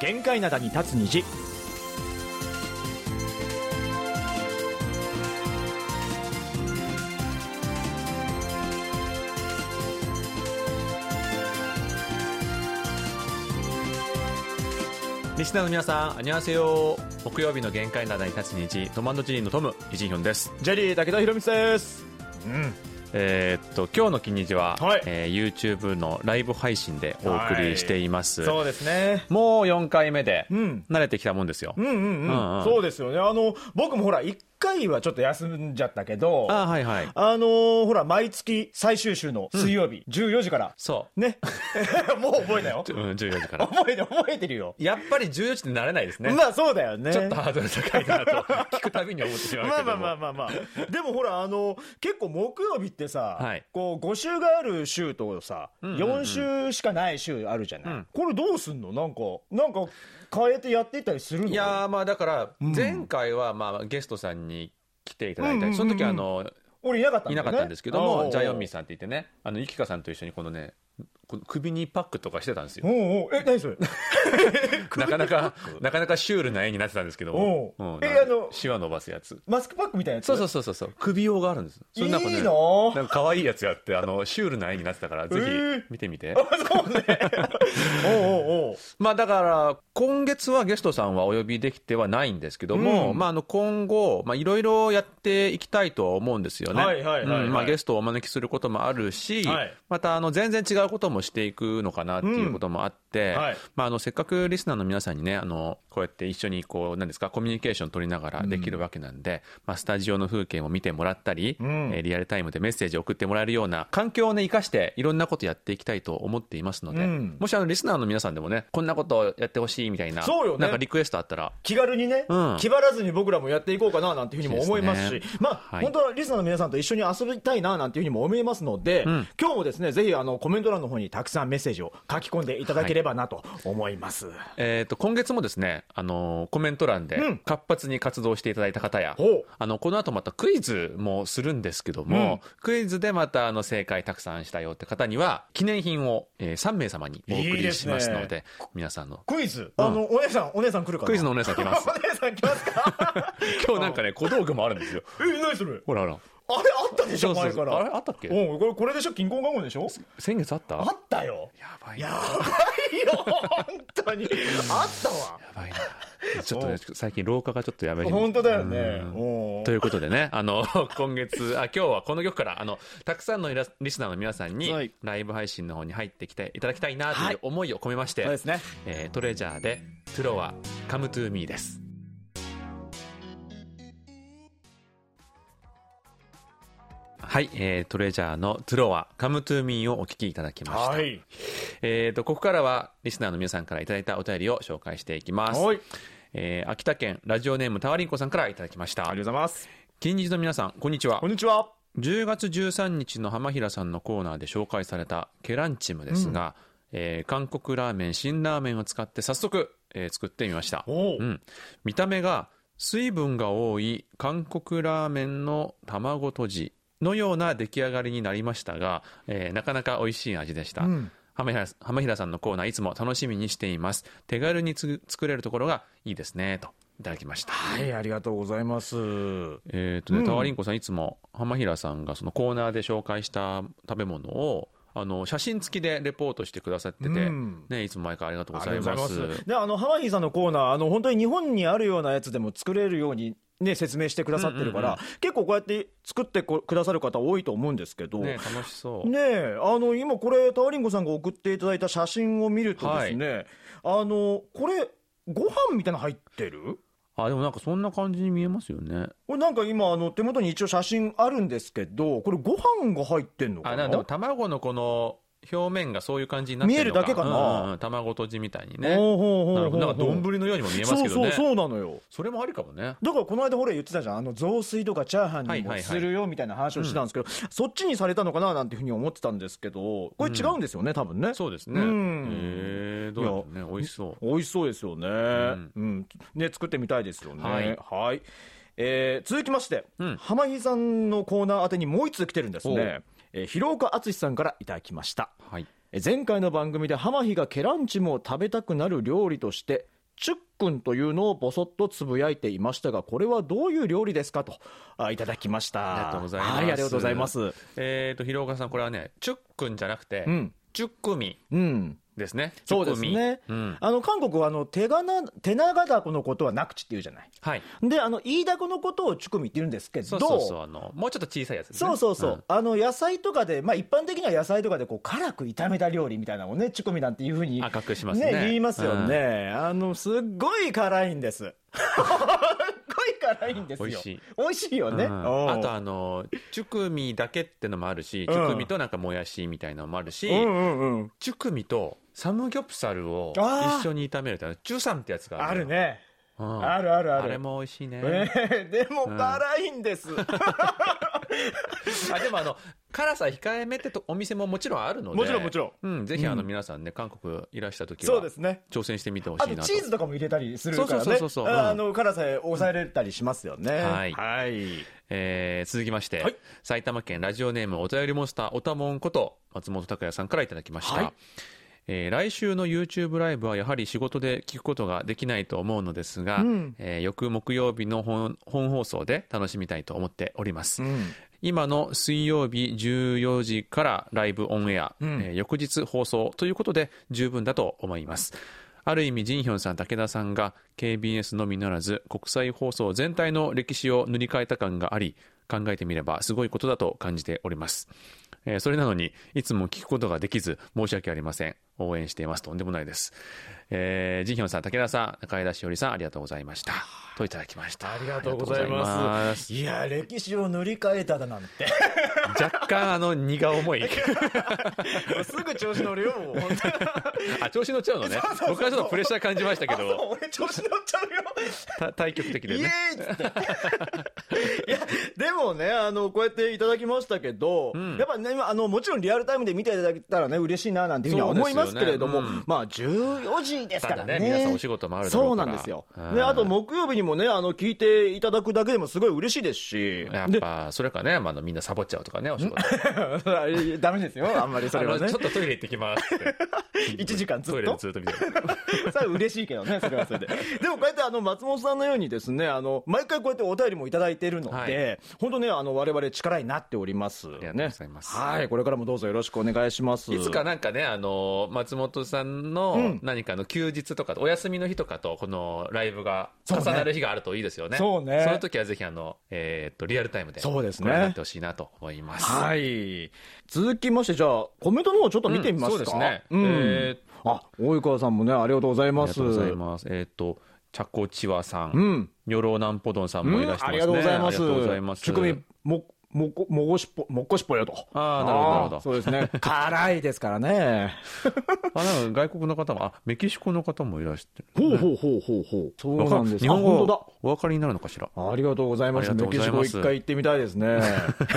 限界灘に立つ虹。 リスナーの皆さん、안녕하세요。木曜日の限界灘に立つ虹、トマンドジリンのトム、イジンヒョンです。 ジェリー武田博光です。 今日の金虹は、 はい YouTube のライブ配信でお送りしています、 そうですね。 もう4回目で慣れてきたもんですよ。 そうですよね。僕もほら1回はちょっと休んじゃったけど、 はいはい、 ほら毎月最終週の水曜日、14時からそうねもう覚えたよ。 14時から覚えてるよ。 やっぱり14時って慣れないですね。 まあそうだよね。 ちょっとハードル高いなと聞くたびに思ってしまうけどもまあでもほら結構木曜日ってさ、 はい、 こう5週がある週とさ、4週しかない週あるじゃない、これどうすんの？なんか変えてやっていったりするの？ いやまあだから前回はまあゲストさんに来ていただいたり、その時俺いなかったんだよね。 いなかったんですけども、ジャイオンミーさんって言ってね、ゆきかさんと一緒にこのね、首にパックとかしてたんですよ。 何それなかなかシュールな絵になってたんですけども、シワ伸ばすやつ、 マスクパックみたいなやつ。 そう首用があるんです。それなんかね、 いいの？ なんか可愛いやつやって、シュールな絵になってたから、ぜひ見てみて。 そうねまあだから今月はゲストさんはお呼びできてはないんですけども、まあ今後いろいろやっていきたいとは思うんですよね。まあゲストをお招きすることもあるし、また全然違うこともしていくのかなっていうこともあって、まあせっかくリスナーの皆さんにね、こうやって一緒に何ですか、コミュニケーション取りながらできるわけなんで、まあスタジオの風景も見てもらったり、リアルタイムでメッセージを送ってもらえるような環境をね生かしていろんなことやっていきたいと思っていますので、もしリスナーの皆さんでもね、こんなことをやってほしいみたいな、なんかリクエストあったら気軽にね、気張らずに僕らもやっていこうかななんていうふうにも思いますし、まあ本当はリスナーの皆さんと一緒に遊びたいななんていうふうにも思いますので、今日もですね、ぜひコメント欄の方にたくさんメッセージを書き込んでいただければなと思います。 今月もですね、コメント欄で活発に活動していただいた方や、この後またクイズもするんですけども、クイズでまた正解たくさんしたよって方には記念品を3名様にお送りしますので、皆さんのクイズ、お姉さん来るかな。 クイズのお姉さん来ます。 お姉さん来ますか今日なんかね、小道具もあるんですよ。 何それ？ ほらあれあったでしょ、前から。 あれあったっけ？ これでしょ、金婚願望でしょ。 先月あったよ。 やばいよ本当にあったわ。 やばいな。ちょっとね、最近廊下がちょっとやばい。 本当だよね。 ということでね、今日はこの曲からたくさんのリスナーの皆さんにライブ配信の方に入ってきていただきたいなという思いを込めまして、 そうですね、 トレジャーでトゥロワカムトゥーミーです。はい、トレジャーのトゥロワカムトゥーミーをお聞きいただきました。ここからはリスナーの皆さんからいただいたお便りを紹介していきます。秋田県ラジオネームタワリンコさんからいただきました。 ありがとうございます。 金日の皆さん、こんにちは。 こんにちは。 10月13日の浜平さんのコーナーで紹介されたケランチムですが、韓国ラーメン、辛ラーメンを使って早速、作ってみました。見た目が水分が多い韓国ラーメンの卵とじのような出来上がりになりましたが、なかなか美味しい味でした。浜平さんのコーナーいつも楽しみにしています。手軽に作れるところがいいですねといただきました。 はい、ありがとうございます。 タワリンコさん、いつも浜平さんがそのコーナーで紹介した食べ物を写真付きでレポートしてくださってて、ね、いつも毎回ありがとうございます。 で、浜平さんのコーナー、本当に日本にあるようなやつでも作れるようにね、説明してくださってるから、結構こうやって作ってくださる方多いと思うんですけど、 ね、楽しそうね。今これタワリンコさんが送っていただいた写真を見るとですね、これご飯みたいなの入ってる？ でもなんかそんな感じに見えますよね。 これなんか今手元に一応写真あるんですけど、これご飯が入ってんのかな？ でも卵のこの表面がそういう感じになってるのか、 見えるだけかな、 卵とじみたいにね。なんか丼のようにも見えますけどね。 そうなのよ。 それもありかもね。 だからこの間ほら言ってたじゃん、雑炊とかチャーハンにもするよみたいな話をしてたんですけど、そっちにされたのかななんていうふうに思ってたんですけど、これ違うんですよね、多分ね。 そうですね。どうだろうね。美味しそう。 美味しそうですよね。ね、作ってみたいですよね。はい。続きまして、浜木さんのコーナー宛てにもう一つ来てるんですね。広岡敦さんからいただきました。前回の番組で浜比がケランチムを食べたくなる料理としてチュックンというのをボソッとつぶやいていましたが、これはどういう料理ですかといただきました。 ありがとうございます。 はい、ありがとうございます。 広岡さん、これはね、チュックンじゃなくて、チュックミですね。 そうですね。韓国は手長ダコのことはナクチって言うじゃない。 はい。 で、イイダコのことをチュクミって言うんですけど、 そうもうちょっと小さいやつですね。 そう。野菜とかで、まあ一般的には野菜とかで辛く炒めた料理みたいなのをね、チュクミなんていうふうに赤くしますね。 言いますよね。すっごい辛いんです。すっごい辛いんですよ。美味しいよね。 あとチュクミだけってのもあるし、チュクミとなんかもやしみたいなのもあるし、チュクミとサムギョプサルを一緒に炒めるってチュサンってやつがある。 あるね。ある。 あれも美味しいね。 でも辛いんです。 でも辛さ控えめってお店ももちろんあるので、 もちろん。 ぜひ皆さんね、韓国いらした時は挑戦してみてほしいなと。 あとチーズとかも入れたりするからね。そう。辛さ抑えれたりしますよね。 はい。続きまして、埼玉県ラジオネームお便りモンスターおたもんこと松本拓也さんからいただきました。来週の YouTube ライブはやはり仕事で聞くことができないと思うのですが、翌木曜日の本放送で楽しみたいと思っております。今の水曜日14時からライブオンエア、翌日放送ということで十分だと思います。ある意味ジンヒョンさん、武田さんが KBS のみならず国際放送全体の歴史を塗り替えた感があり、考えてみればすごいことだと感じております。それなのにいつも聞くことができず申し訳ありません。応援しています。とんでもないです。ジンヒョンさん、武田さん、中枝しおりさん、ありがとうございました。といただきました。 ありがとうございます。いや、歴史を塗り替えただなんて。 若干荷が重い。 すぐ調子乗るよ、もう。本当調子乗っちゃうのね。僕はちょっとプレッシャー感じましたけど。 俺調子乗っちゃうよ。 対極的でね。 イエーイって。いや、でもね、こうやっていただきましたけど、やっぱね、もちろんリアルタイムで見ていただけたらね、嬉しいななんていうふうには思いますけれども、まあ、14時ですからね。 皆さんお仕事もあるだろうから。 そうなんですよ。で、あと木曜日にもね、聞いていただくだけでもすごい嬉しいですし。 やっぱ、それかね、みんなサボっちゃうとかね、お仕事。 ダメですよ、あんまりそれはね。 ちょっとトイレ行ってきますって。 1時間ずっと。 トイレでずっと見てる。 それは嬉しいけどね、それはそれで。でもこうやって松本さんのようにですね、毎回こうやってお便りもいただいているので、本当ね、我々力になっております。 ありがとうございます。 はい、これからもどうぞよろしくお願いします。 いつかなんかね、松本さんの何かの休日とか、お休みの日とかと、このライブが重なる日があるといいですよね。 そうね。 その時はぜひリアルタイムでそうですね。 なってほしいなと思います。 はい。続きまして、じゃあ、コメントの方ちょっと見てみますか。 そうですね。 大井川さんもね、ありがとうございます。 ありがとうございます。チャコチワさん、ニョロナンポドンさんもいらっしゃいますね。 ありがとうございます。 ありがとうございます。 ちくみもこしっぽよと。 なるほど。 そうですね。辛いですからね。 なんか外国の方も、メキシコの方もいらっしゃってる。ほう。そうなんです。 日本語お分かりになるのかしら。 ありがとうございます。メキシコ一回行ってみたいですね。あ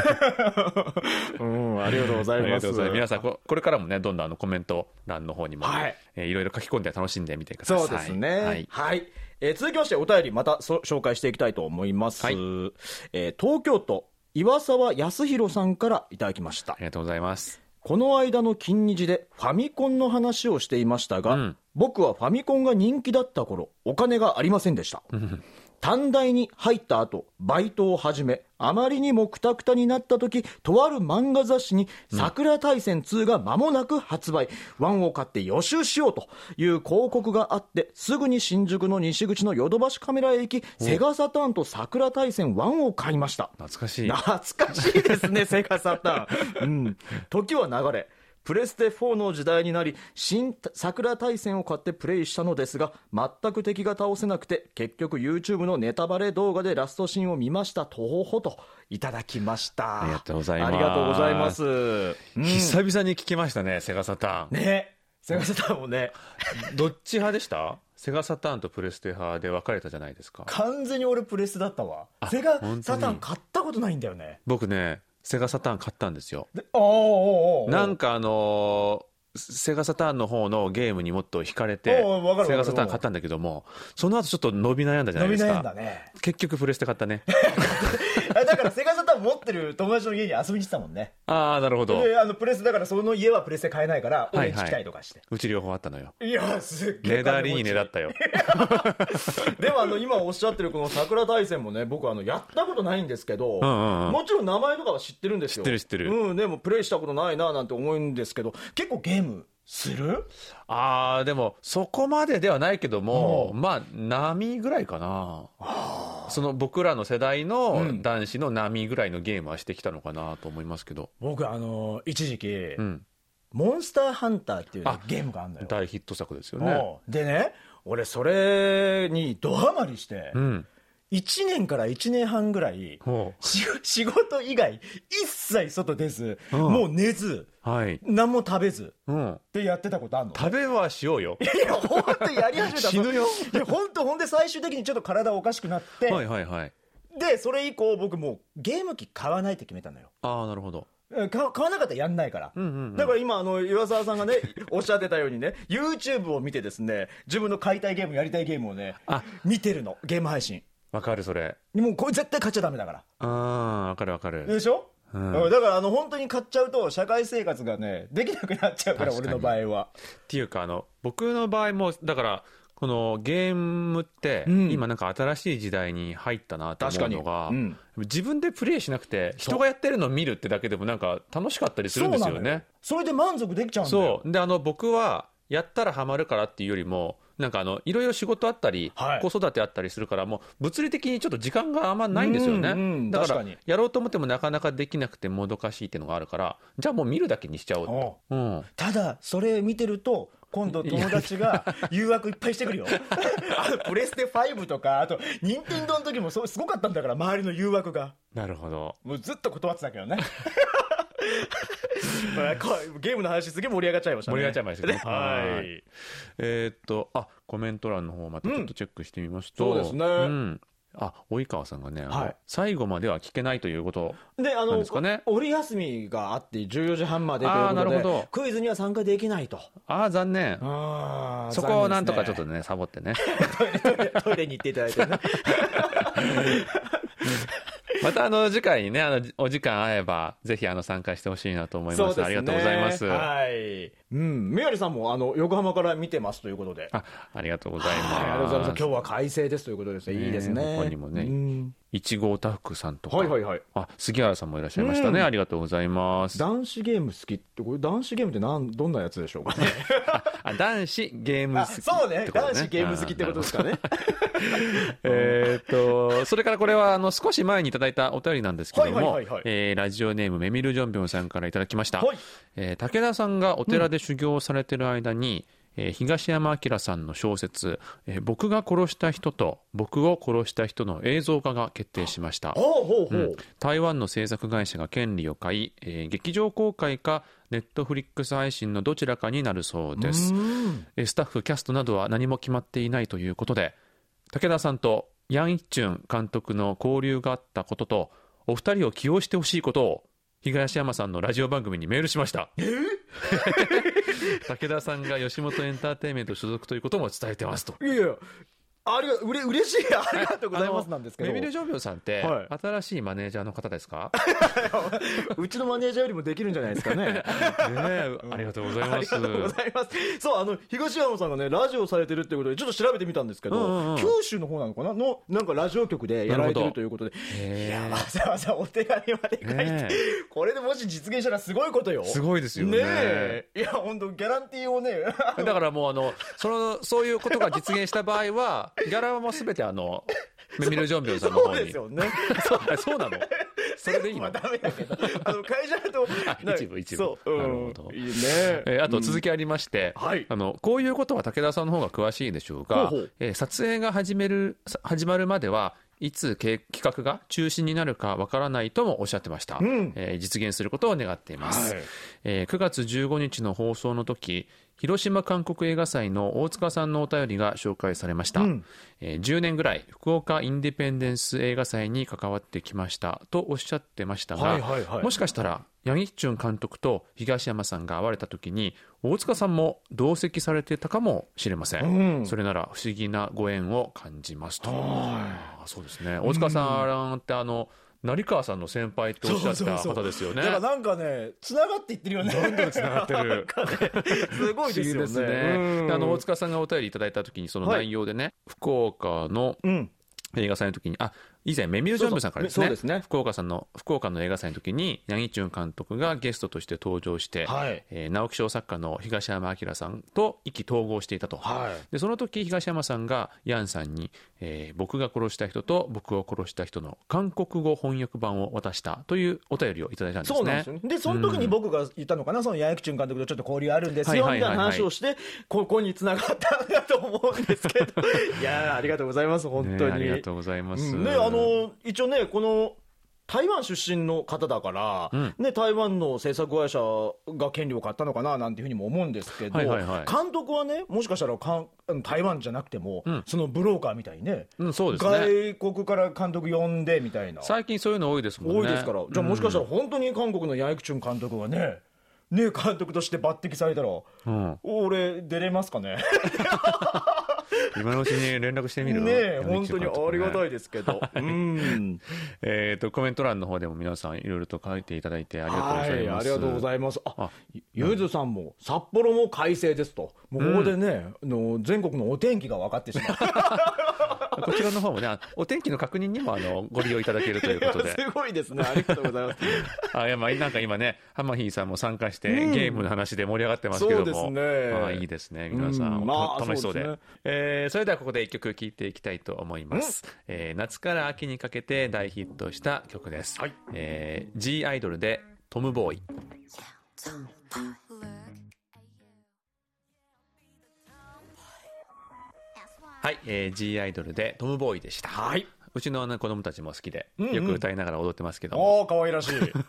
りがとうございます。 皆さん、これからもね、どんどんコメント欄の方にも、いろいろ書き込んで楽しんでみてください。 そうですね。はい。続きまして、お便りまた紹介していきたいと思います。東京都、岩沢康弘さんからいただきました。 ありがとうございます。 この間の金日でファミコンの話をしていましたが、僕はファミコンが人気だった頃、お金がありませんでした。短大に入った後、バイトを始め、あまりにもクタクタになった時、とある漫画雑誌に桜大戦2が間もなく発売、1を買って予習しようという広告があって、すぐに新宿の西口のヨドバシカメラへ行き、セガサターンと桜大戦1を買いました。 懐かしい。 懐かしいですね、セガサターン。時は流れ、プレステ4の時代になり、新桜大戦を買ってプレイしたのですが、全く敵が倒せなくて、結局 YouTube のネタバレ動画でラストシーンを見ました。とほほといただきました。 ありがとうございます。 ありがとうございます。 久々に聞きましたね、セガサターン。 ね、セガサターンもね。 どっち派でした？セガサターンとプレステ派で分かれたじゃないですか。 完全に俺プレステだったわ。セガサターン買ったことないんだよね。 僕ね、セガサターン買ったんですよ。なんかセガサターンの方のゲームにもっと惹かれて、セガサターン買ったんだけども、その後ちょっと伸び悩んだじゃないですか。 伸び悩んだね。 結局プレステ買ったね。 だからセガサターン持ってってる友達の家に遊びに行ってたもんね。 ああ、なるほど。 でプレスだから、その家はプレステ買えないから俺に来たりとかして、 うち両方あったのよ。 いやすっげえねだりーねだったよ。 でも今おっしゃってるこの桜大戦もね、僕やったことないんですけど、もちろん名前とかは知ってるんですよ。 知ってる。 でもプレイしたことないななんて思うんですけど、結構ゲームする？ でもそこまでではないけども、まあ波ぐらいかな。その僕らの世代の男子の波ぐらいのゲームはしてきたのかなと思いますけど、 僕一時期、モンスターハンターっていう、ゲームがあるのよ。 大ヒット作ですよね。 でね、俺それにドハマりして、1年から1年半ぐらい仕事以外一切外出ず、もう寝ず、何も食べずってやってたことあるの。 食べはしようよ。 いや本当やり始めた。 死ぬよ。 ほんで最終的にちょっと体おかしくなって、でそれ以降僕もうゲーム機買わないって決めたのよ。 なるほど。 買わなかったらやんないから、だから今岩沢さんがねおっしゃってたようにね、 YouTube を見てですね、自分の買いたいゲームやりたいゲームをね見てるの。ゲーム配信わかる。それもうこれ絶対買っちゃダメだから。 わかるでしょ、だから本当に買っちゃうと社会生活がねできなくなっちゃうから、俺の場合は。 っていうか僕の場合もだからこのゲームって、今なんか新しい時代に入ったなと思うのが、自分でプレイしなくて人がやってるのを見るってだけでもなんか楽しかったりするんですよね。 それで満足できちゃうんだよ。 そうで僕はやったらハマるからっていうよりも、なんかいろいろ仕事あったり、子育てあったりするから、もう物理的にちょっと時間があんまないんですよね。だからやろうと思ってもなかなかできなくてもどかしいっていうのがあるから、じゃあもう見るだけにしちゃおう。 ただそれ見てると今度友達が誘惑いっぱいしてくるよ。プレステ5とか、あと任天堂の時もすごかったんだから、周りの誘惑が。 なるほど。 もうずっと断ってたけどね。ゲームの話すげえ盛り上がっちゃいましたね。 盛り上がっちゃいましたね。コメント欄の方またちょっとチェックしてみますと、 そうですね。 及川さんがね、最後までは聞けないということなんですかね。 お昼休みがあって14時半までということで、クイズには参加できないと。 残念。そこをなんとかちょっとねサボってね。 トイレに行っていただいてね。 また次回にねお時間合えばぜひ参加してほしいなと思います。ありがとうございます。 メアリさんも横浜から見てますということで、 ありがとうございます。 ありがとうございます。今日は快晴ですということですね。いいですね。 他にもね、1号タフクさんとか、杉原さんもいらっしゃいましたね。ありがとうございます。 男子ゲーム好きって、これ男子ゲームってどんなやつでしょうかね。 男子ゲーム好き、 そうね、男子ゲーム好きってことですかね。 それからこれは少し前にいただいたお便りなんですけども、ラジオネームメミルジョンビョンさんからいただきました。武田さんがお寺で修行されてる間に、東山明さんの小説、僕が殺した人と僕を殺した人の映像化が決定しました。台湾の制作会社が権利を買い、劇場公開かネットフリックス配信のどちらかになるそうです。スタッフキャストなどは何も決まっていないということで、武田さんとヤン・イッチュン監督の交流があったことと、お二人を起用してほしいことを東山さんのラジオ番組にメールしました。武田さんが吉本エンターテインメント所属ということも伝えてますと。 いや嬉しい、ありがとうございますなんですけど、 メミルジョンビョンさんって新しいマネージャーの方ですか？ うちのマネージャーよりもできるんじゃないですかね。 ありがとうございます。ありがとうございます。 そう東山さんがねラジオされてるっていうことでちょっと調べてみたんですけど、九州の方なのかなのなんかラジオ局でやられてるということで、いやわざわざお手紙まで書いて、これでもし実現したらすごいことよ。 すごいですよね。 いや本当ギャランティーをねだからもうそういうことが実現した場合はギャラはもうすべてメミルジョンビョンさんの方に。 そうですよね。 そうなの？それでいいの？ ダメだけど会社だと一部なるほど。 いいね。 あと続きありまして、こういうことは武田さんの方が詳しいでしょうが、撮影が始まるまではいつ企画が中止になるかわからないともおっしゃってました。実現することを願っています。9月15日の放送の時、広島韓国映画祭の大塚さんのお便りが紹介されました。10年ぐらい福岡インディペンデンス映画祭に関わってきましたとおっしゃってましたが、もしかしたらヤン・イッチュン監督と東山さんが会われた時に大塚さんも同席されてたかもしれません。それなら不思議なご縁を感じますと。そうですね。大塚さんって成川さんの先輩とおっしゃった方ですよね。 だからなんかね、繋がっていってるよね。 どんどん繋がってる。 すごいですよね。 大塚さんがお便りいただいた時にその内容でね、福岡の映画祭の時に、以前メミル・ジョンブさんからですね、福岡の映画祭の時に八木淳監督がゲストとして登場して、直木賞作家の東山明さんと意気投合していたと、でその時東山さんがヤンさんに、僕が殺した人と僕を殺した人の韓国語翻訳版を渡したというお便りをいただいたんですね。 そうなんですよ。でその時に僕が言ったのかな、その八木淳監督とちょっと交流あるんですよみたいな話をして、ここに繋がったんだと思うんですけどいやありがとうございます、本当に、 ありがとうございます。 一応ね、この台湾出身の方だから、台湾の制作会社が権利を買ったのかななんていうふうにも思うんですけど、監督はね、もしかしたら台湾じゃなくても、そのブローカーみたいにね、 そうですね、 外国から監督呼んでみたいな、 最近そういうの多いですもんね。 多いですから、じゃあもしかしたら本当に韓国の八木淳監督がね、監督として抜擢されたら、俺出れますかね今のうちに連絡してみるね。本当にありがたいですけどコメント欄の方でも皆さんいろいろと書いていただいてありがとうございます。 ありがとうございます。ゆずさんも札幌も快晴ですと、もうここでね、全国のお天気が分かってしまうこちらの方もね、お天気の確認にもご利用いただけるということですごいですね、ありがとうございますなんか今ね、ハマヒーさんも参加してゲームの話で盛り上がってますけども、 そうですね、 いいですね、皆さん、楽しそうで、それではここで一曲聴いていきたいと思います。夏から秋にかけて大ヒットした曲です。G アイドルでトムボーイ。はい、G アイドルでトムボーイでした。うちの子供たちも好きでよく歌いながら踊ってますけども、 可愛らしい今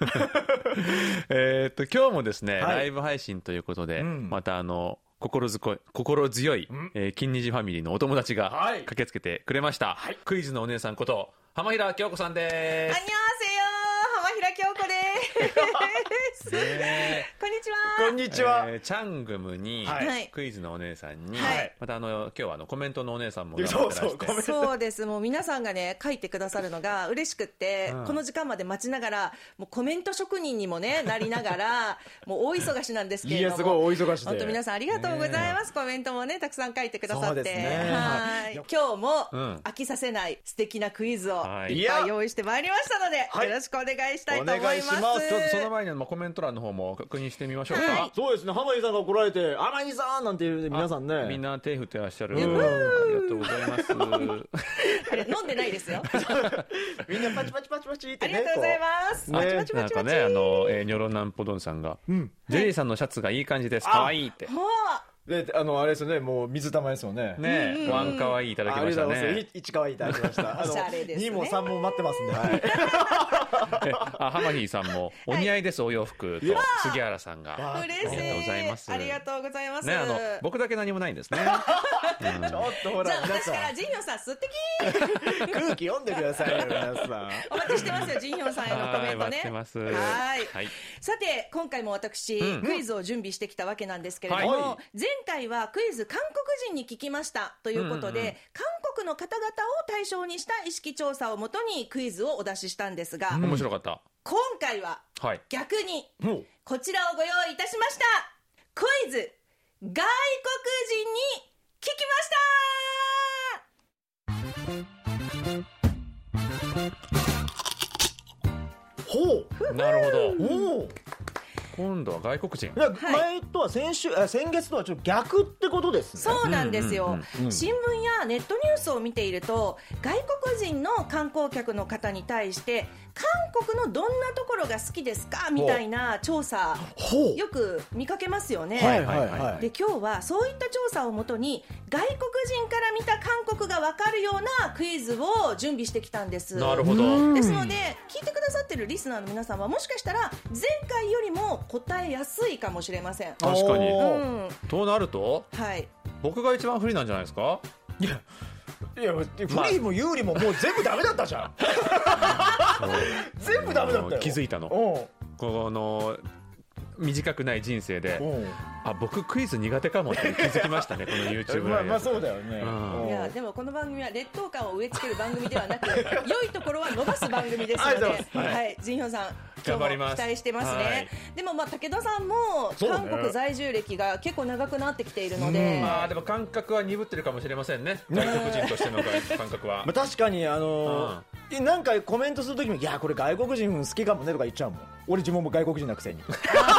日もですね、ライブ配信ということで、また心強い、金虹ファミリーのお友達が駆けつけてくれました。クイズのお姉さんこと浜平京子さんです。 こんにちは、浜平京子ですこんにちは。 こんにちは。 チャングムに、クイズのお姉さんに、また今日はコメントのお姉さんも頑張ってらして。 そうです。もう皆さんがね書いてくださるのが嬉しくって、この時間まで待ちながら、もうコメント職人にもねなりながらもう大忙しなんですけれども、 いやすごい大忙しで、 本当皆さんありがとうございます。コメントもねたくさん書いてくださって、今日も飽きさせない素敵なクイズをいっぱい用意してまいりましたので、よろしくお願いしたいと思います。 ちょっとその前にコメント欄の方も確認してみましょうか。 そうですね、浜井さんが来られて、浜井さんなんていう皆さんね、 みんな手振ってらっしゃる。ありがとうございます飲んでないですよみんなパチパチパチパチってね、 ありがとうございます。パチパチパチパチ。 なんかね、ニョロナンポドンさんが、ジェリーさんのシャツがいい感じです、かわいいって。 で、あれですよね、もう水玉ですよね。 ね、ワンかわいいいただきましたね。 1かわいいいただきました。2も3も待ってますんで。 ハマヒーさんもお似合いですお洋服と杉原さんが。 嬉しい。ありがとうございます。ありがとうございます。 ね、僕だけ何もないんですね。 ちょっとほら、 じゃあ私からジンヒョンさん素敵。 空気読んでくださいよ皆さん。 お待ちしてますよ、ジンヒョンさんへのコメントね。 待ってます。 はい。さて今回も私クイズを準備してきたわけなんですけれども、前回はクイズ韓国人に聞きましたということで、韓国の方々を対象にした意識調査をもとにクイズをお出ししたんですが、 面白かった。 今回は逆にこちらをご用意いたしました。クイズ外国人に聞きました。 なるほど。今度は外国人。 前とは先月とはちょっと逆ってことですね。 そうなんですよ。新聞やネットニュースを見ていると、外国人の観光客の方に対して韓国のどんなところが好きですかみたいな調査よく見かけますよね。で今日はそういった調査をもとに外国人から見た韓国が分かるようなクイズを準備してきたんです。 なるほど。 ですので聞いてくださってるリスナーの皆さんはもしかしたら前回よりも答えやすいかもしれません。 確かに。となると、僕が一番不利なんじゃないですか。 いや不利も有利ももう全部ダメだったじゃん全部ダメだったよ。 気づいたの。 短くない人生で、僕クイズ苦手かもって気づきましたねこの YouTube ライブ。 まあそうだよね。 いやでもこの番組は劣等感を植え付ける番組ではなく良いところは伸ばす番組ですので、はい、ジンヒョンさん今日も期待してますね。はい、でも武田さんも韓国在住歴が結構長くなってきているので、 まあでも感覚は鈍ってるかもしれませんね、外国人としての感覚は。 まあ確かになんかコメントするときも、いやこれ外国人好きかもねとか言っちゃうもん。俺自分も外国人なくせに。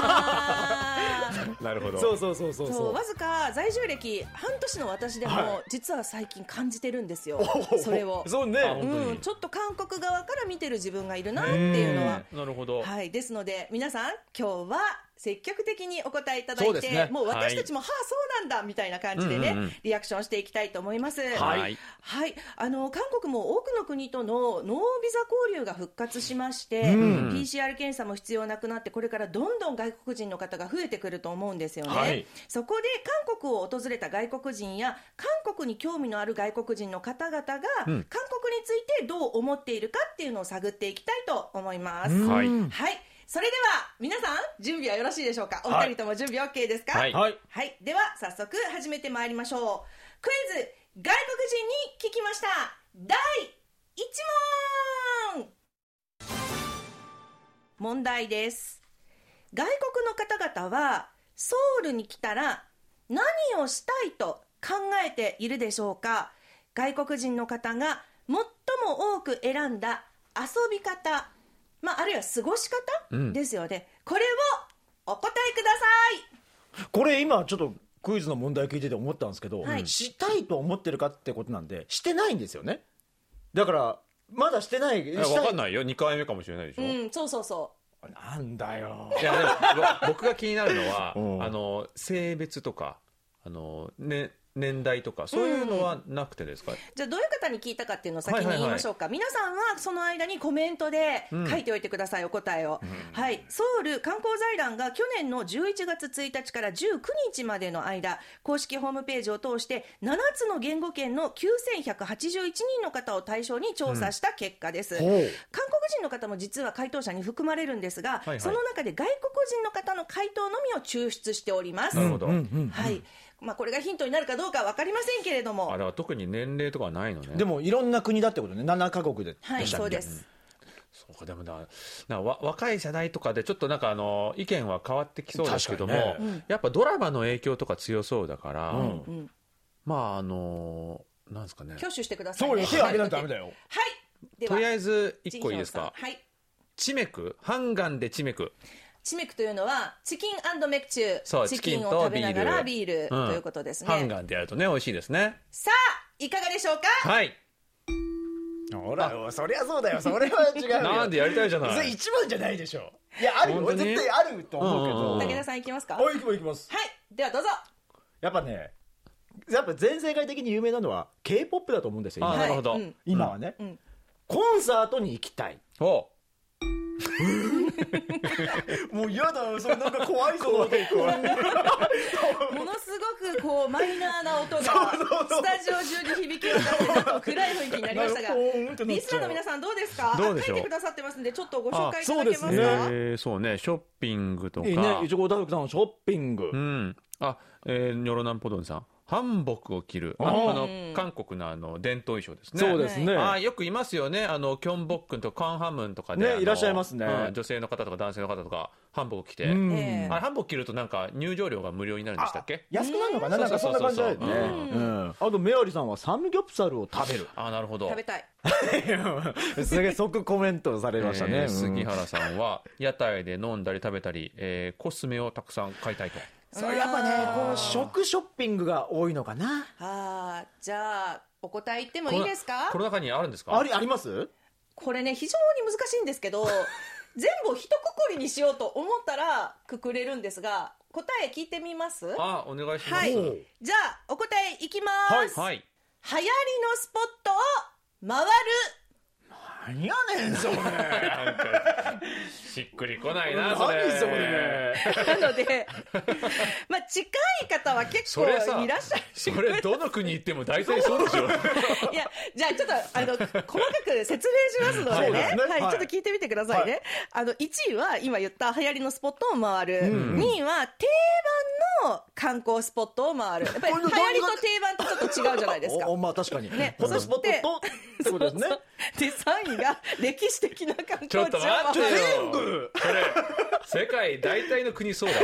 なるほど。 そうわずか在住歴半年の私でも、実は最近感じてるんですよ。それを。 そうね。 ちょっと韓国側から見てる自分がいるなっていうのは。 なるほど。 はい。ですので皆さん今日は積極的にお答えいただいて、もう私たちも、はあそうなんだみたいな感じでね、リアクションしていきたいと思います。はい。はい。韓国も多くの国とのノービザ交流が復活しまして、PCR 検査も必要なくなって、これからどんどん外国人の方が増えてくると思うんですよね。はい、そこで韓国を訪れた外国人や韓国に興味のある外国人の方々が、韓国についてどう思っているかっていうのを探っていきたいと思います。はい。それでは皆さん準備はよろしいでしょうか。お二人とも準備 OK ですか。はい、では早速始めてまいりましょう。クイズ外国人に聞きました第1問。問題です。外国の方々はソウルに来たら何をしたいと考えているでしょうか。外国人の方が最も多く選んだ遊び方、あるいは過ごし方ですよね。これをお答えください。 これ今ちょっとクイズの問題聞いてて思ったんですけど、したいと思ってるかってことなんで、してないんですよね。だからまだしてない。 分かんないよ、2回目かもしれないでしょ。 そうなんだよ。 いやでも僕が気になるのは性別とか年代とかそういうのはなくてですか。 じゃあどういう方に聞いたかっていうのを先に言いましょうか。皆さんはその間にコメントで書いておいてください、お答えを。ソウル観光財団が去年の11月1日から19日までの間、公式ホームページを通して7つの言語圏の9181人の方を対象に調査した結果です。韓国人の方も実は回答者に含まれるんですが、その中で外国人の方の回答のみを抽出しております。 なるほど。 これがヒントになるかどうかは分かりませんけれども、 だから特に年齢とかはないのね。 でもいろんな国だってことね。7カ国で。 そうです。 そうでも若い世代とかでちょっと意見は変わってきそうですけども、やっぱドラマの影響とか強そうだから、なんですかね。 挙手してくださいね。 そうよ、手を挙げないとダメだよ。 とりあえず1個いいですか。チメク、ハンガンでチメク。 チメクというのはチキン&メクチュー、チキンを食べながらビールということですね。 ハンガンでやるとね美味しいですね。 さあいかがでしょうか。 ほらそりゃそうだよ。それは違うよ。 なんでやりたいじゃない。 それ一番じゃないでしょ。いやあるよ、絶対あると思うけど。 武田さんいきますか。 行きます。 ではどうぞ。 やっぱ全世界的に有名なのは K-POP だと思うんですよ。 なるほど。 今はね、コンサートに行きたい。もう嫌だ、それなんか怖いぞ。ものすごくマイナーな音がスタジオ中に響き渡って暗い雰囲気になりましたが、リスナーの皆さんどうですか。書いてくださってますんでちょっとご紹介いただけますか。 そうね、ショッピングとか。 いいね、いちご大福さんショッピング。 ニョロナンポドンさん、韓服を着る、韓国の伝統衣装ですね。 そうですね。 よくいますよね。キョンボックンとかカンハムンとかで、 いらっしゃいますね。 女性の方とか男性の方とか韓服を着て、韓服着るとなんか入場料が無料になるんでしたっけ。 安くなるのかな。なんかそんな感じだよね。あとメアリさんはサムギョプサルを食べる。 なるほど。 食べたい。 すげえ即コメントされましたね。 杉原さんは屋台で飲んだり食べたり、コスメをたくさん買いたいと。 そうやっぱね、食ショッピングが多いのかな。 じゃあお答え言ってもいいですか。 この中にあるんですか。 あります。 これね非常に難しいんですけど全部を一括りにしようと思ったらくくれるんですが、答え聞いてみます。 お願いします。 じゃあお答えいきます。流行りのスポットを回る。 何やねんそれ。 しっくりこないなそれ。 なので、 近い方は結構いらっしゃる。 それどの国行っても大体そうでしょ。 いや、じゃあちょっと細かく説明しますのでね、はい、ちょっと聞いてみてくださいね。1位は今言った流行りのスポットを回る、2位は定番の観光スポットを回る。やっぱり流行りと定番とちょっと違うじゃないですか。 まあ確かにね、 ホットスポットとってことですね。 で3位が歴史的な観光地を回る。 ちょっと待ってよ、 全部これ世界大体の国そうだわ。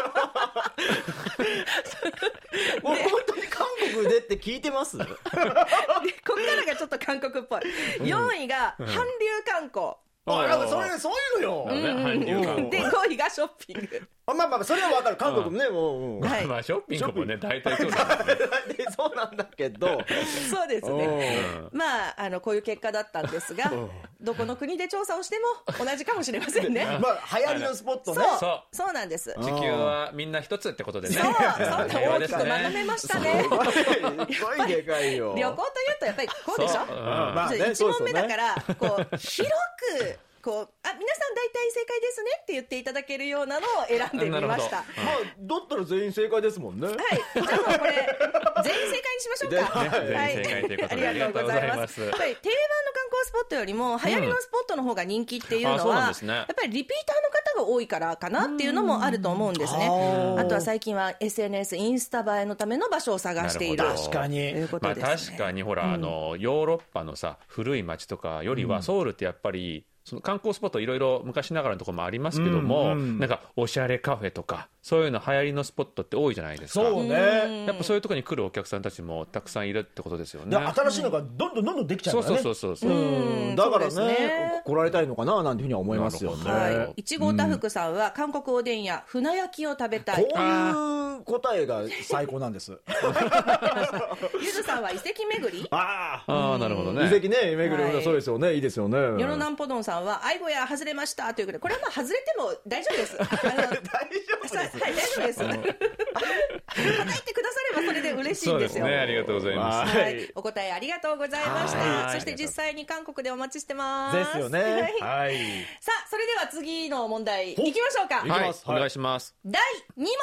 もう本当に韓国でって聞いてます？ でここからがちょっと韓国っぽい。4位が韓流観光。 そういうのよ。 韓流観光。 で5位がショッピング。 まあそれは分かる。韓国もね、もう。 まあショッピングもね、大体そうだね。 そうなんだけど。 そうですね。まあこういう結果だったんですが、どこの国で調査をしても同じかもしれませんね。 まあ流行りのスポットね。 そうなんです。 地球はみんな一つってことでね。 そう、そんな大きく学べましたね。 すごいでかいよ。 旅行というとやっぱりこうでしょ。 まあね、 1問目だからこう広く。皆さん大体正解ですねって言っていただけるようなのを選んでみました。 まあだったら全員正解ですもんね。 はい。じゃあもうこれ全員正解にしましょうか。 全員正解ということでありがとうございます。 やっぱり定番の観光スポットよりも流行りのスポットの方が人気っていうのは、やっぱりリピーターの方が多いからかなっていうのもあると思うんですね。あとは最近は SNS インスタ映えのための場所を探している。 確かに。 ということですね。 確かにほらヨーロッパのさ古い街とかよりはソウルってやっぱりその観光スポットいろいろ昔ながらのところもありますけども、なんかおしゃれカフェとかそういうの流行りのスポットって多いじゃないですか。 そうね。 やっぱそういうところに来るお客さんたちもたくさんいるってことですよね。 新しいのがどんどんできちゃうからね。 そうだからね、来られたいのかななんていうふうには思いますよね。 いちごたふくさんは韓国おでんや船焼きを食べたい。 こういう答えが最高なんです。 ゆずさんは遺跡巡り。 ああ、なるほどね。 遺跡ね、巡る、そうですよね、いいですよね。 よろなんぽどんさんは愛語や外れましたということで、これはまあ外れても大丈夫です。大丈夫です。はい、大丈夫です。答えてくださればそれで嬉しいんですよ。 そうですね、ありがとうございます。 はい、お答えありがとうございました。そして実際に韓国でお待ちしてます。 ですよね。はい。 さあ、それでは次の問題いきましょうか。 はい、お願いします。 第2問です。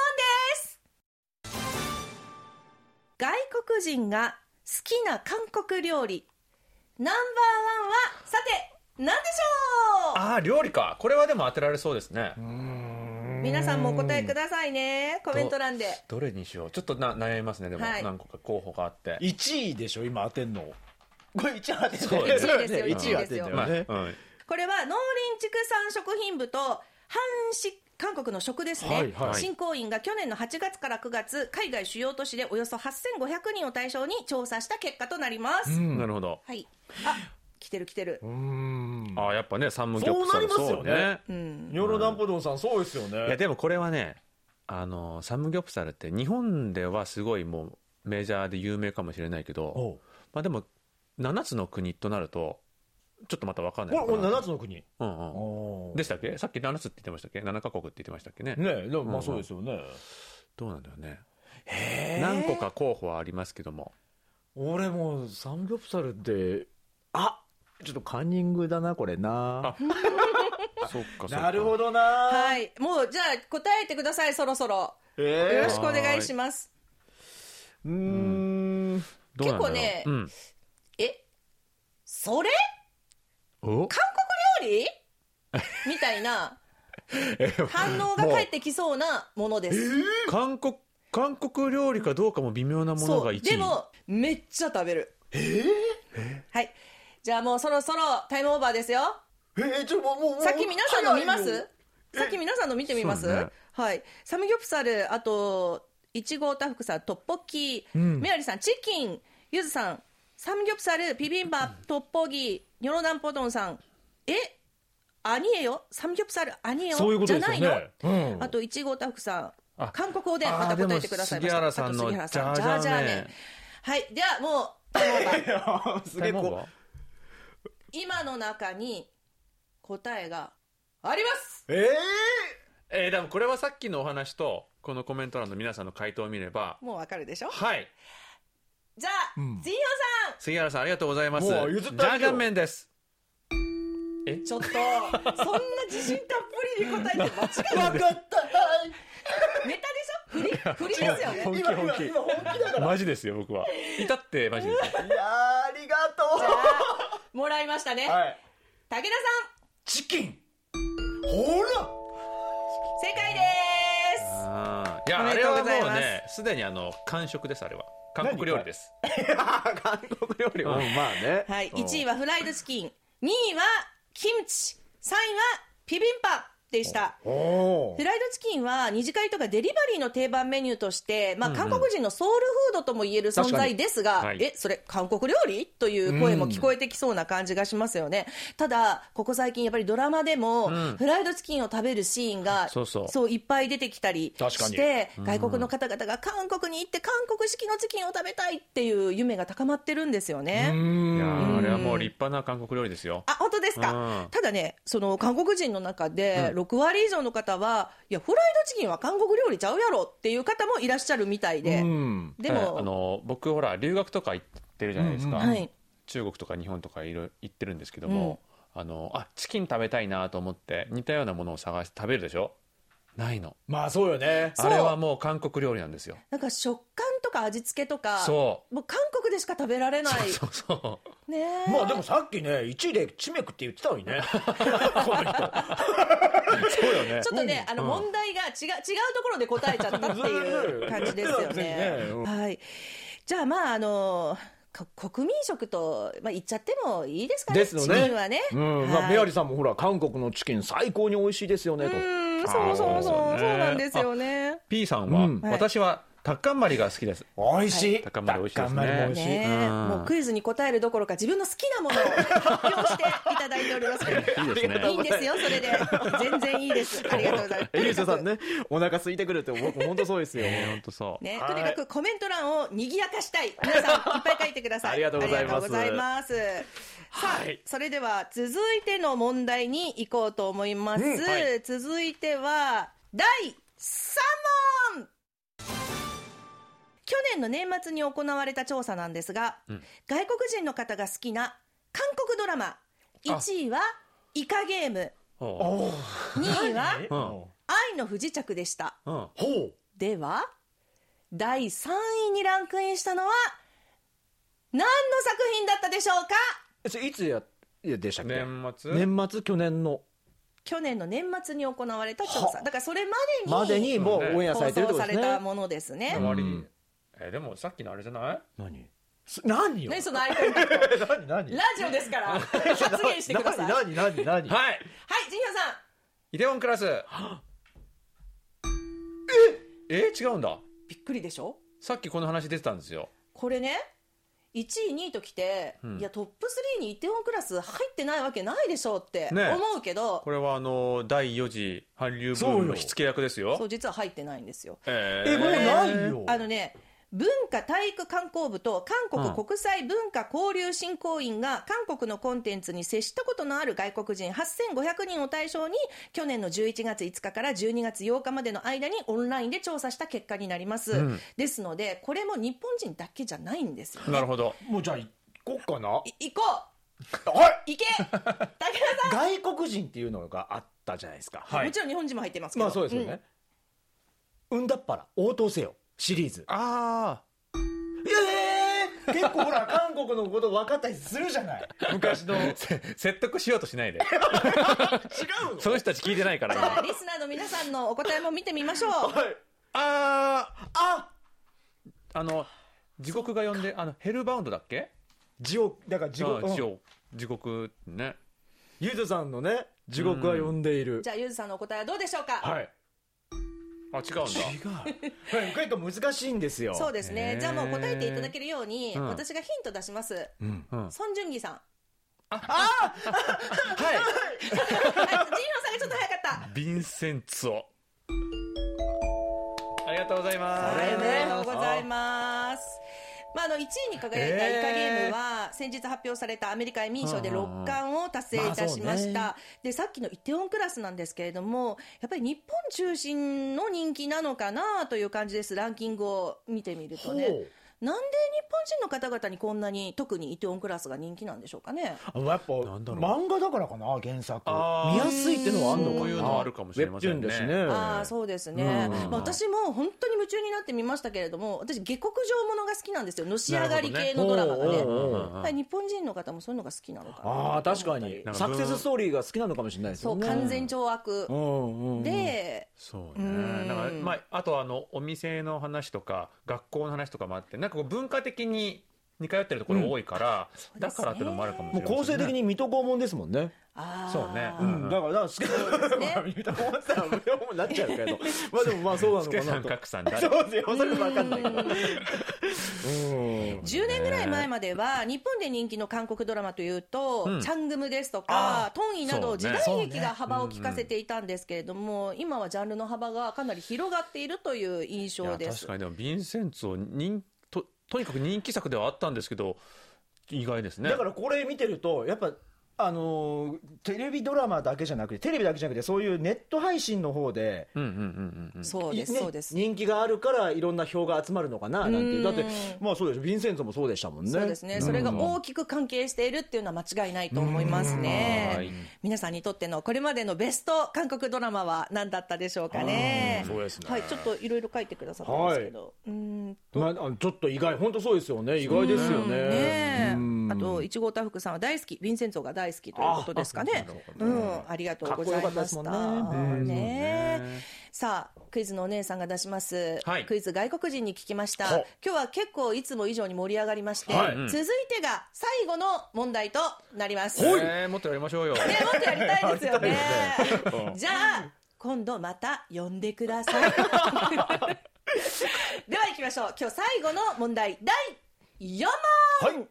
外国人が好きな韓国料理ナンバーワンはさて何でしょう。 ああ、料理か。これはでも当てられそうですね。 皆さんもお答えくださいね、コメント欄で。 どれにしよう。ちょっと悩みますね。でも何個か候補があって。 1位でしょ今当てんの。これ1位当てんの。1位ですよ。 1位当てんだよね。 これは農林畜産食品部と韓国の食ですね、振興員が去年の8月から9月海外主要都市でおよそ8500人を対象に調査した結果となります。 なるほど。 はい。来てる。 あ、やっぱね、サムギョプサルそうね。ヨロダンポドンさんそうですよね。 いやでもこれはね、サムギョプサルって日本ではすごいもうメジャーで有名かもしれないけど、まあでも7つの国となるとちょっとまた分かんないのかな。 7つの国でしたっけ。さっき7つって言ってましたっけ。7カ国って言ってましたっけね。 ね、でもまあそうですよね。 どうなんだよね。何個か候補はありますけども、 俺もサムギョプサルってちょっとカンニングだなこれな。 そっか。 なるほどな。 はい、もうじゃあ答えてください。そろそろよろしくお願いします。結構ね、それ韓国料理みたいな反応が返ってきそうなものです。 韓国料理かどうかも微妙なものが1位。 でもめっちゃ食べる。はい、じゃあもうそろそろタイムオーバーですよ。さっき皆さんの見ます？さっき皆さんの見てみます？はい。サムギョプサル、あといちごたふくさんトッポッキ、メアリさんチキン、ゆずさんサムギョプサル、ビビンバトッポギ、ニョロナンポドンさんアニエよ、サムギョプサルアニエよじゃないの。あといちごたふくさん韓国おでんまた答えてくださいました。 杉原さんのジャージャー麺。 はい、ではもうタイムオーバー。 すげえ今の中に答えがあります。 でもこれはさっきのお話とこのコメント欄の皆さんの回答を見ればもうわかるでしょ。 はい。 じゃあ、 杉原さんありがとうございます。ジャージャー麺です。 ちょっとそんな自信たっぷりに答えて間違えた。 分かった。 ネタでしょ。フリック振りですよね。 本気今本気だから。 マジですよ、僕は。至ってマジです。 いやー、ありがとじゃあもらいましたね。 う。はい。 武田さんチキン。ほら。 正解です。 いや、あれおめでとうごはざいますもうね、すでに完食です。あれは韓国料理です。 韓国料理は、まあね。 はい、1位はフライドチキン、2位はキムチ、3位はビビンパでした。フライドチキンは二次会とかデリバリーの定番メニューとして、まあ、韓国人のソウルフードとも言える存在ですが、 はい、 それ韓国料理という声も聞こえてきそうな感じがしますよね。ただここ最近やっぱりドラマでも、フライドチキンを食べるシーンがそういっぱい出てきたりして、外国の方々が韓国に行って韓国式のチキンを食べたいっていう夢が高まってるんですよね。 いや、あれはもう立派な韓国料理ですよ。 あ、本当ですか。ただね、その韓国人の中で6割以上の方は、いやフライドチキンは韓国料理ちゃうやろっていう方もいらっしゃるみたいで、でも、 僕ほら留学とか行ってるじゃないですか、 はい、 中国とか日本とかいろいろ行ってるんですけども、チキン食べたいなと思って似たようなものを探して食べるでしょ。ないの。 まあそうよね。 あれはもう韓国料理なんですよ。 なんか食感とか味付けとか、 もう韓国でしか食べられない。 そうね。 まあでもさっきね、1位でチメクって言ってたのにね。この人。 そうよね。 ちょっとね、問題が違うところで答えちゃったっていう感じですよね。はい。じゃあまあ国民食と、言っちゃってもいいですかね。 ですよね。 チキンはね。 まあメアリさんもほら韓国のチキン最高に美味しいですよねと。 そうなんですよね。 P さんは、私はタッカンマリが好きです。 美味しい。 タッカンマリ美味しいですね。 もうクイズに答えるどころか自分の好きなものを発表していただいておりますけど。 いいですね。 いいんですよ、それで。全然いいです。ありがとうございます。 エリーさんね、お腹空いてくるって僕本当そうですよ。 本当そう。 ね、とにかくコメント欄を賑やかしたい。皆さんいっぱい書いてください。 ありがとうございます。 ありがとうございます。さあ、それでは続いての問題に行こうと思います。続いては第3問。去年の年末に行われた調査なんですが、外国人の方が好きな韓国ドラマ、1位はイカゲーム、2位は愛の不時着でした。では第3位にランクインしたのは何の作品だったでしょうか。 いつでしたっけ。 年末去年の年末に行われた調査だから、それまでにもうオンエアされてるって放送ことですね。 されたものですね。 でもさっきのあれじゃない？ 何よ。 何そのアイコンタクト。 何ラジオですから発言してください。 何はい、 ジンヒョさん。 イテウォンクラス。違うんだ。 びっくりでしょ。 さっきこの話出てたんですよ。 これね、1位2位ときて、いやトップ3にイテウォンクラス入ってないわけないでしょって思うけど、 これは第4次韓流ブームの火付け役ですよ。 そう実は入ってないんですよ。 もうないよ。 文化体育観光部と韓国国際文化交流振興員が韓国のコンテンツに接したことのある外国人8500人を対象に去年の11月5日から12月8日までの間にオンラインで調査した結果になります、ですのでこれも日本人だけじゃないんですよね。 なるほど。 もうじゃあ行こうかな。 行こう。行け。武田さん。外国人っていうのがあったじゃないですか。 もちろん日本人も入ってますけど。 まあそうですよね。だっぱら応答せよシリーズ。結構ほら韓国のこと分かったりするじゃない。昔の説得しようとしないで。違うの。 その人たち聞いてないから。 じゃあリスナーの皆さんのお答えも見てみましょう。 地獄が呼んでヘルバウンドだっけ。 地獄だから地獄ね。 ゆずさんのね地獄が呼んでいる。 じゃあゆずさんのお答えはどうでしょうか。 違うんだ。 結構難しいんですよ。 そうですね。じゃあもう答えていただけるように、私がヒント出します。ソン・ジュンギさん。 はい。 ジンヒョさんがちょっと早かった。 ヴィンセンツォ。ありがとうございます。 ありがとうございます。1位に輝いたイカゲームは先日発表されたアメリカエミー賞で6冠を達成いたしました。でさっきのイテウォンクラスなんですけれども、やっぱり日本中心の人気なのかなという感じです。ランキングを見てみるとね。 なんで日本人の方々にこんなに特にイテウォンクラスが人気なんでしょうかね。 やっぱ漫画だからかな、原作見やすいっていうのはあるのかな。 そういうのあるかもしれませんね。 そうですね、私も本当に夢中になってみましたけれども、私下克上ものが好きなんですよ。のし上がり系のドラマがね。日本人の方もそういうのが好きなのかな。 確かにサクセスストーリーが好きなのかもしれないですよね。 そう、完全懲悪で、 そうね。だからあとお店の話とか学校の話とかもあって、なんかこう文化的に似通ってるところ多いから、だからっていうのもあるかもしれない。 構成的に水戸黄門ですもんね。 そうね。 だから好きな水戸黄門って無料になっちゃうけど、まあでもそうなのかなと。 助さん格さん誰？ そうですよ、それ分かんないから。 10年ぐらい前までは日本で人気の韓国ドラマというと、チャングムですとかトンイなど時代劇が幅を利かせていたんですけれども、今はジャンルの幅がかなり広がっているという印象です。 確かに。でもヴィンセンツォとにかく人気作ではあったんですけど、意外ですね。 だからこれ見てるとやっぱテレビドラマだけじゃなくて、テレビだけじゃなくて、そういうネット配信の方で、 そうです、そうです。 人気があるからいろんな票が集まるのかななんていう。だってまあそうでしょ、ヴィンセントもそうでしたもんね。 そうですね。それが大きく関係しているっていうのは間違いないと思いますね。皆さんにとってのこれまでのベスト韓国ドラマは何だったでしょうかね。 そうですね。 はい、ちょっといろいろ書いてくださったんですけど、 ちょっと意外、本当そうですよね。意外ですよね。 あといちごたふくさんは大好き、ヴィンセントが大好きということですかね。ありがとうございました。さあ、クイズのお姉さんが出します、クイズ外国人に聞きました。今日は結構いつも以上に盛り上がりまして、続いてが最後の問題となります。 もっとやりましょうよ。 もっとやりたいですよね。じゃあ今度また呼んでください。では行きましょう。今日最後の問題、第4問。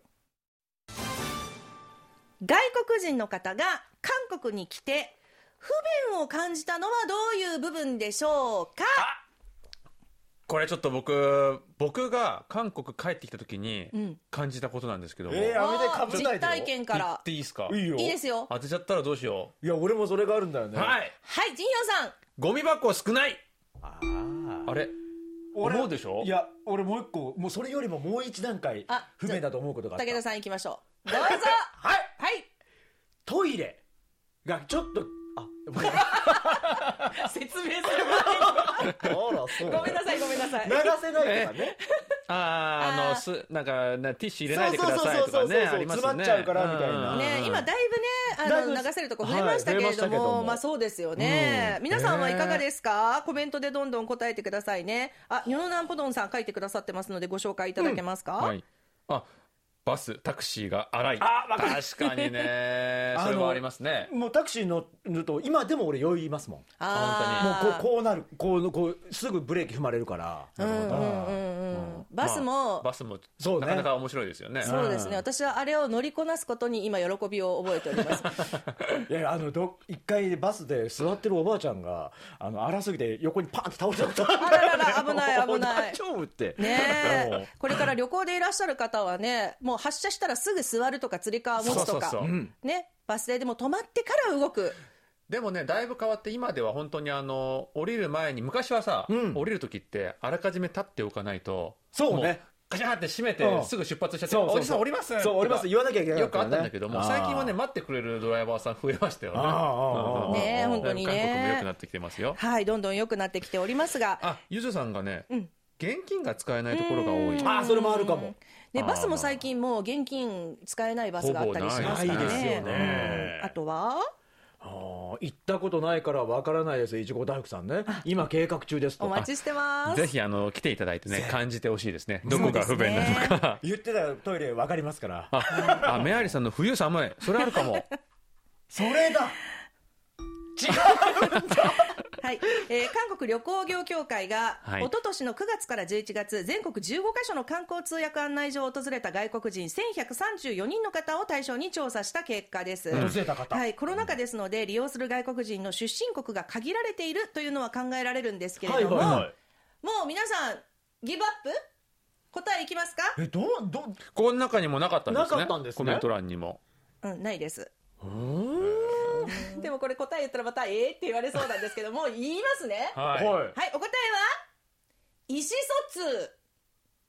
外国人の方が韓国に来て不便を感じたのはどういう部分でしょうか。 これちょっと僕が韓国帰ってきた時に感じたことなんですけども、 実体験から言っていいですか。 いいよ。 いいですよ。 当てちゃったらどうしよう。いや俺もそれがあるんだよね。 はいジンヒョンさん。 ゴミ箱少ない。あれ思うでしょ。 いや俺もう一個、もうそれよりももう一段階不便だと思うことがあった。 武田さん行きましょう。どうぞ。 はいトイレがちょっと説明する前にごめんなさい流せないとかね。 なんかティッシュ入れないでくださいとかね、ありますね。詰まっちゃうからみたいなね。今だいぶね流せるとこ増えましたけれども、まあそうですよね。皆さんはいかがですか。コメントでどんどん答えてくださいね。ニョノナンポドンさん書いてくださってますのでご紹介いただけますか。 バスタクシーが荒い。確かにね。それもありますね。 もうタクシー乗ると今でも俺酔いますもん。 本当にもうこうなる、こうすぐブレーキ踏まれるから。 バスもなかなか面白いですよね。 そうですね。私はあれを乗りこなすことに今喜びを覚えております。 いや一回バスで座ってるおばあちゃんが荒すぎて横にパンって倒れちゃった。 あららら、危ない危ない。 大丈夫ってね。これから旅行でいらっしゃる方はね、もう発車したらすぐ座るとかつり革持つとかね、バス停でも止まってから動く。 でもね、だいぶ変わって今では本当に降りる前に、昔はさ、降りる時ってあらかじめ立っておかないと、 そうね、 カシャーって閉めてすぐ出発しちゃって、おじさん降りますそう降ります言わなきゃいけないよくあったんだけども、最近はね待ってくれるドライバーさん増えましたよね。 ね、本当にね、 韓国も良くなってきてますよ。 はい、どんどん良くなってきておりますが、 ゆずさんがね、現金が使えないところが多い。 それもあるかも。 でバスも最近もう現金使えないバスがあったりしますからね。あとは行ったことないからわからないです。いちご大福さんね、今計画中ですと。 お待ちしてます。 ぜひ来ていただいてね、感じてほしいですね。どこが不便なのか。 言ってたらトイレわかりますから。 メアリーさんの冬寒い、それあるかも。 それだ。違うんだ。 はい、韓国旅行業協会が、一昨年の9月から11月全国15カ所の観光通訳案内所を訪れた外国人1134人の方を対象に調査した結果です。はい、コロナ禍ですので利用する外国人の出身国が限られているというのは考えられるんですけれども、もう皆さんギブアップ、答えいきますか。 この中にもなかったんですね。 なかったんですね。 コメント欄にもないです。でもこれ答え言ったらまたって言われそうなんですけども、言いますね。はい、お答えは意思疎通。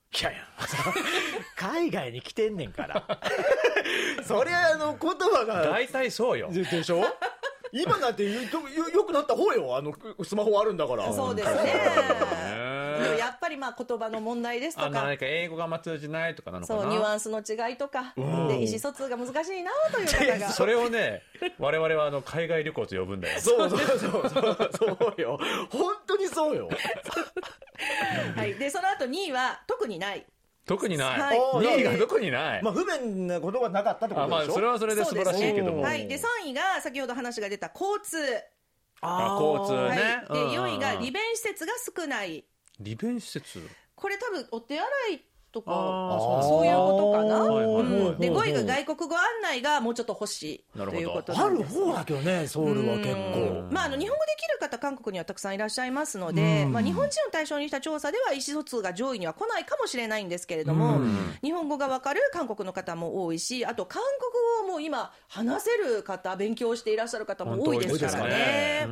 いやいや海外に来てんねんからそりゃ言葉が大体そうよでしょ今なんてよくなった方よ、スマホあるんだから。 そうですねでもやっぱり言葉の問題ですとか、 何か英語が通じないとかなのかな、 そうニュアンスの違いとかで意思疎通が難しいなという方がそれをね我々は海外旅行と呼ぶんだよ。 そうよ本当にそうよはい、でその後2位は特にない。 特にない、 はい、 2位が特にない、 不便なことがなかったってことでしょ。 それはそれで素晴らしいけども、 はい、で3位が先ほど話が出た交通。 交通ね、 はい、で4位が利便施設が少ない。 利便施設、 これ多分お手洗いとかそういうことかな、で5位が外国語案内がもうちょっと欲しいということなんです。 ある方だけどね、ソウルは結構、 日本語できる方韓国にはたくさんいらっしゃいますので、日本人を対象にした調査では意思疎通が上位には来ないかもしれないんですけれども、日本語が分かる韓国の方も多いし、あと韓国語をもう今話せる方、勉強していらっしゃる方も多いですからね。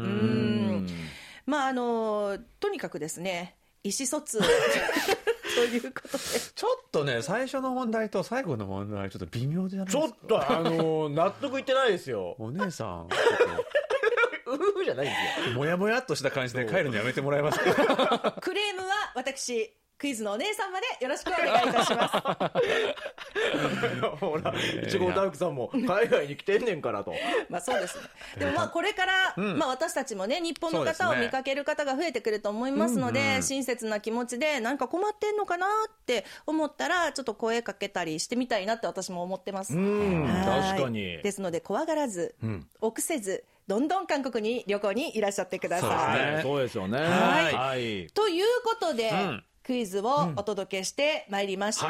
とにかくですね、意思疎通ということでちょっとね最初の問題と最後の問題ちょっと微妙じゃないですか。 ちょっと納得いってないですよお姉さんじゃないんですよ。 もやもやっとした感じで帰るのやめてもらえますかクレームは私クイズのお姉さんまでよろしくお願いいたしますほらいちご大福さんも海外に来てんねんからとそうですね。でもこれから、私たちもね日本の方を見かける方が増えてくると思いますので、親切な気持ちで何か困ってんのかなって思ったらちょっと声かけたりしてみたいなって私も思ってます。 確かに。 ですので怖がらず、臆せずどんどん韓国に旅行にいらっしゃってください。 そうですよね。 はい、ということで、クイズをお届けしてまいりました、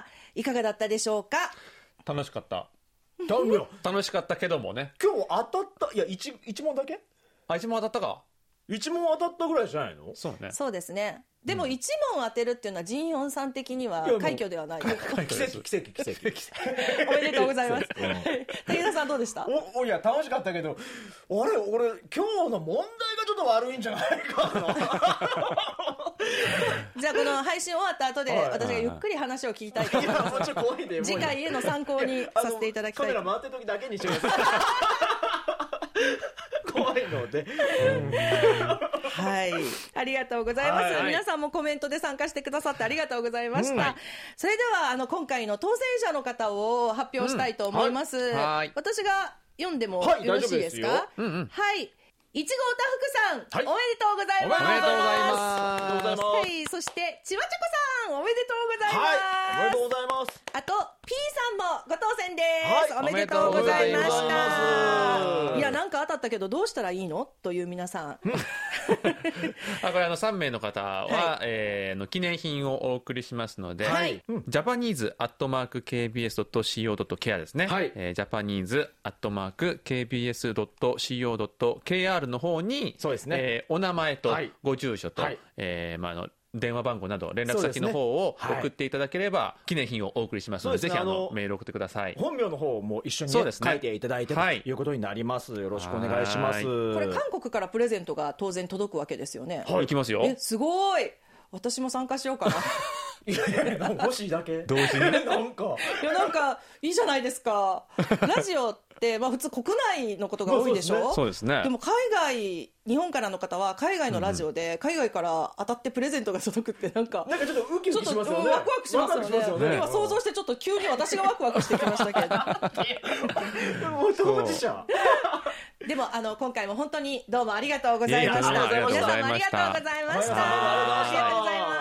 いかがだったでしょうか。 楽しかった楽しかったけどもね、 今日当たった。いや 1問だけ。 1問当たったか。 1問当たったぐらいじゃないの。 そうですね。でも1問当てるっていうのはジンヨンさん的には快挙ではないですか。 奇跡おめでとうございます。武田さんどうでした。 いや楽しかったけど、俺今日の問題がちょっと悪いんじゃないかなじゃあこの配信終わった後で私がゆっくり話を聞きたいと思います。 もうちょっと怖いで次回への参考にさせていただきたい。 カメラ回ってる時だけにしてください怖いのではい、ありがとうございます、皆さんもコメントで参加してくださってありがとうございました、それでは今回の当選者の方を発表したいと思います、私が読んでもよろしいですか。はい、いちごたふくさん、おめでとうございます。 おめでとうございます。 はい、そしてちわちゃこさん、おめでとうございます。 おめでとうございます。 あと P さんもご当選です、おめでとうございました。いやなんか当たったけどどうしたらいいのという皆さんこれ3名の方は、記念品をお送りしますので、japanese@kbs.co.kr ですね、japanese@kbs.co.kr の方に、お名前とご住所と、電話番号など連絡先の方を送っていただければ記念品をお送りしますので、ぜひメール送ってください。 本名の方も一緒に書いていただいてということになります。よろしくお願いします。 これ韓国からプレゼントが当然届くわけですよね。 いきますよ。 すごい。私も参加しようかな。 いや欲しいだけ同時になんかいいじゃないですか。ラジオって普通国内のことが多いでしょ。 そうですね。 でも海外、日本からの方は海外のラジオで海外から当たってプレゼントが届くってなんかちょっとウキウキしますよね。 ワクワクしますよね。今想像してちょっと急に私がワクワクしてきましたけれど当事者でも今回も本当にどうもありがとうございました。皆さんもありがとうございました。ありがとうございます。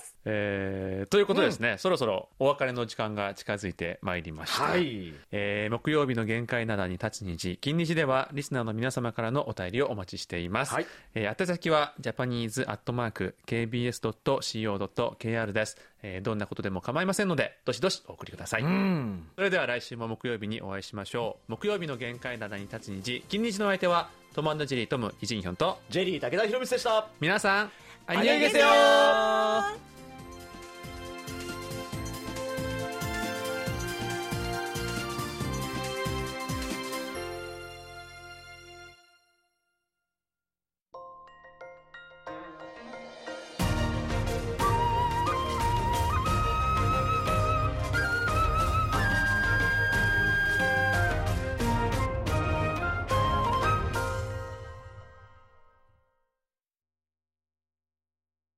ということでですね、そろそろお別れの時間が近づいてまいりました、木曜日の限界灘に立つ虹金日ではリスナーの皆様からのお便りをお待ちしています、宛先は japanese@kbs.co.kr です、どんなことでも構いませんのでどしどしお送りください。それでは来週も木曜日にお会いしましょう。木曜日の限界灘に立つ虹金日の相手はトム&ジェリートムイジンヒョンとジェリー武田博光でした。 皆さん 안녕히 계세요.